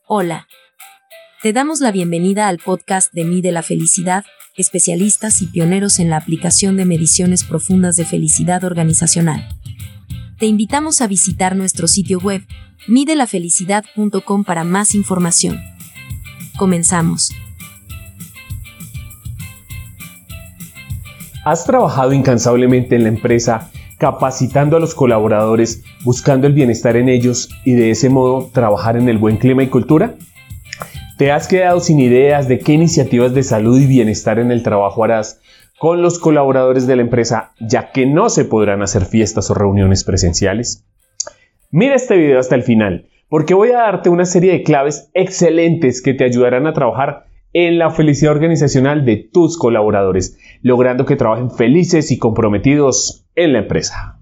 Hola. Te damos la bienvenida al podcast de Mide la Felicidad, especialistas y pioneros en la aplicación de mediciones profundas de felicidad organizacional. Te invitamos a visitar nuestro sitio web, midelafelicidad.com para más información. Comenzamos. ¿Has trabajado incansablemente en la empresa, capacitando a los colaboradores, buscando el bienestar en ellos y de ese modo trabajar en el buen clima y cultura? ¿Te has quedado sin ideas de qué iniciativas de salud y bienestar en el trabajo harás con los colaboradores de la empresa, ya que no se podrán hacer fiestas o reuniones presenciales? Mira este video hasta el final, porque voy a darte una serie de claves excelentes que te ayudarán a trabajar en la felicidad organizacional de tus colaboradores, logrando que trabajen felices y comprometidos en la empresa.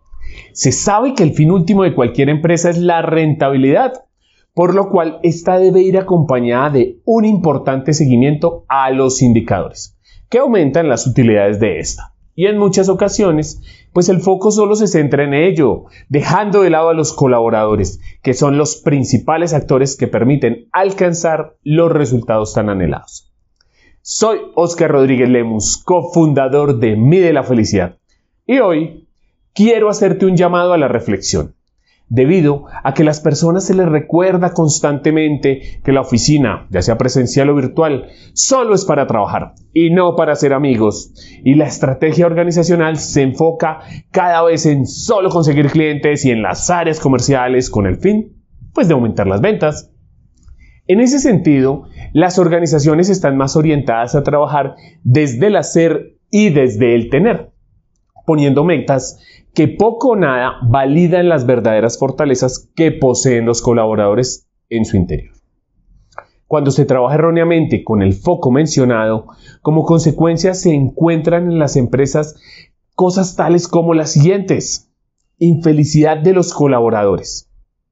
Se sabe que el fin último de cualquier empresa es la rentabilidad, por lo cual esta debe ir acompañada de un importante seguimiento a los indicadores, que aumentan las utilidades de esta. Y en muchas ocasiones, pues el foco solo se centra en ello, dejando de lado a los colaboradores, que son los principales actores que permiten alcanzar los resultados tan anhelados. Soy Óscar Rodríguez Lemus, cofundador de Mide la Felicidad, y hoy quiero hacerte un llamado a la reflexión, debido a que a las personas se les recuerda constantemente que la oficina, ya sea presencial o virtual, solo es para trabajar y no para ser amigos. Y la estrategia organizacional se enfoca cada vez en solo conseguir clientes y en las áreas comerciales con el fin, pues, de aumentar las ventas. En ese sentido, las organizaciones están más orientadas a trabajar desde el hacer y desde el tener, poniendo metas que poco o nada validan las verdaderas fortalezas que poseen los colaboradores en su interior. Cuando se trabaja erróneamente con el foco mencionado, como consecuencia se encuentran en las empresas cosas tales como las siguientes: infelicidad de los colaboradores,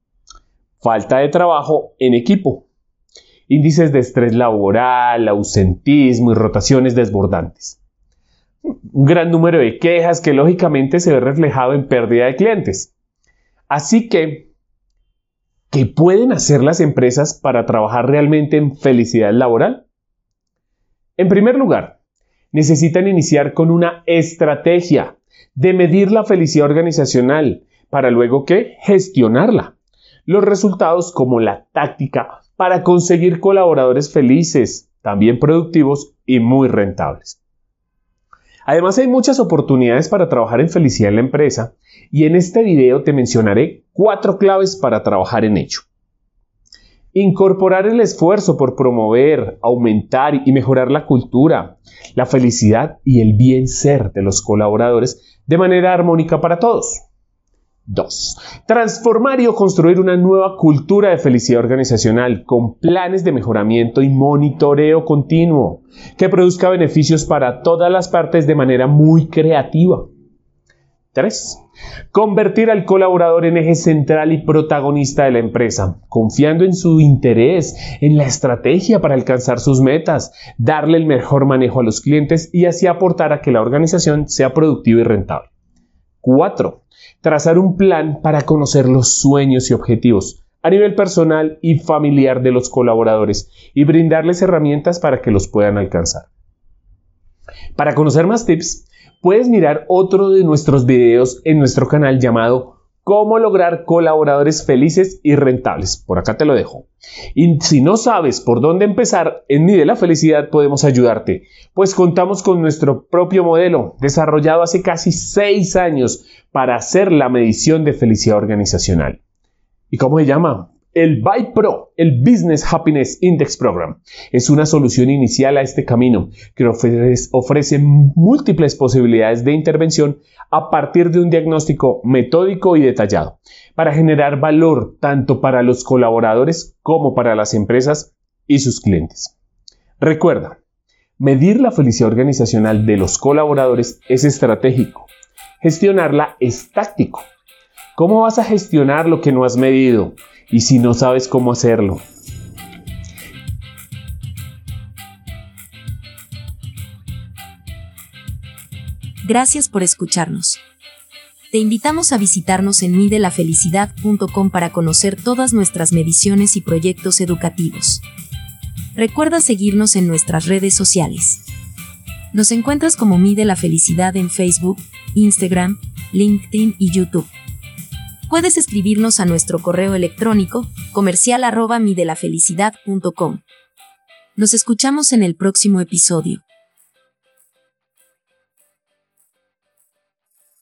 falta de trabajo en equipo, índices de estrés laboral, ausentismo y rotaciones desbordantes. Un gran número de quejas que lógicamente se ve reflejado en pérdida de clientes. Así que, ¿qué pueden hacer las empresas para trabajar realmente en felicidad laboral? En primer lugar, necesitan iniciar con una estrategia de medir la felicidad organizacional para luego gestionarla. Los resultados como la táctica para conseguir colaboradores felices, también productivos y muy rentables. Además, hay muchas oportunidades para trabajar en felicidad en la empresa y en este video te mencionaré 4 claves para trabajar en ello. Incorporar el esfuerzo por promover, aumentar y mejorar la cultura, la felicidad y el bien ser de los colaboradores de manera armónica para todos. 2. Transformar y construir una nueva cultura de felicidad organizacional con planes de mejoramiento y monitoreo continuo que produzca beneficios para todas las partes de manera muy creativa. 3. Convertir al colaborador en eje central y protagonista de la empresa, confiando en su interés, en la estrategia para alcanzar sus metas, darle el mejor manejo a los clientes y así aportar a que la organización sea productiva y rentable. 4. Trazar un plan para conocer los sueños y objetivos a nivel personal y familiar de los colaboradores y brindarles herramientas para que los puedan alcanzar. Para conocer más tips, puedes mirar otro de nuestros videos en nuestro canal llamado ¿Cómo lograr colaboradores felices y rentables? Por acá te lo dejo. Y si no sabes por dónde empezar, en Mide la Felicidad podemos ayudarte, pues contamos con nuestro propio modelo, desarrollado hace casi 6 años para hacer la medición de felicidad organizacional. ¿Y cómo se llama? El BYPRO, el Business Happiness Index Program, es una solución inicial a este camino que ofrece múltiples posibilidades de intervención a partir de un diagnóstico metódico y detallado para generar valor tanto para los colaboradores como para las empresas y sus clientes. Recuerda, medir la felicidad organizacional de los colaboradores es estratégico, gestionarla es táctico. ¿Cómo vas a gestionar lo que no has medido? Y si no sabes cómo hacerlo. Gracias por escucharnos. Te invitamos a visitarnos en midelafelicidad.com para conocer todas nuestras mediciones y proyectos educativos. Recuerda seguirnos en nuestras redes sociales. Nos encuentras como Mide la Felicidad en Facebook, Instagram, LinkedIn y YouTube. Puedes escribirnos a nuestro correo electrónico comercial@midelafelicidad.com. Nos escuchamos en el próximo episodio.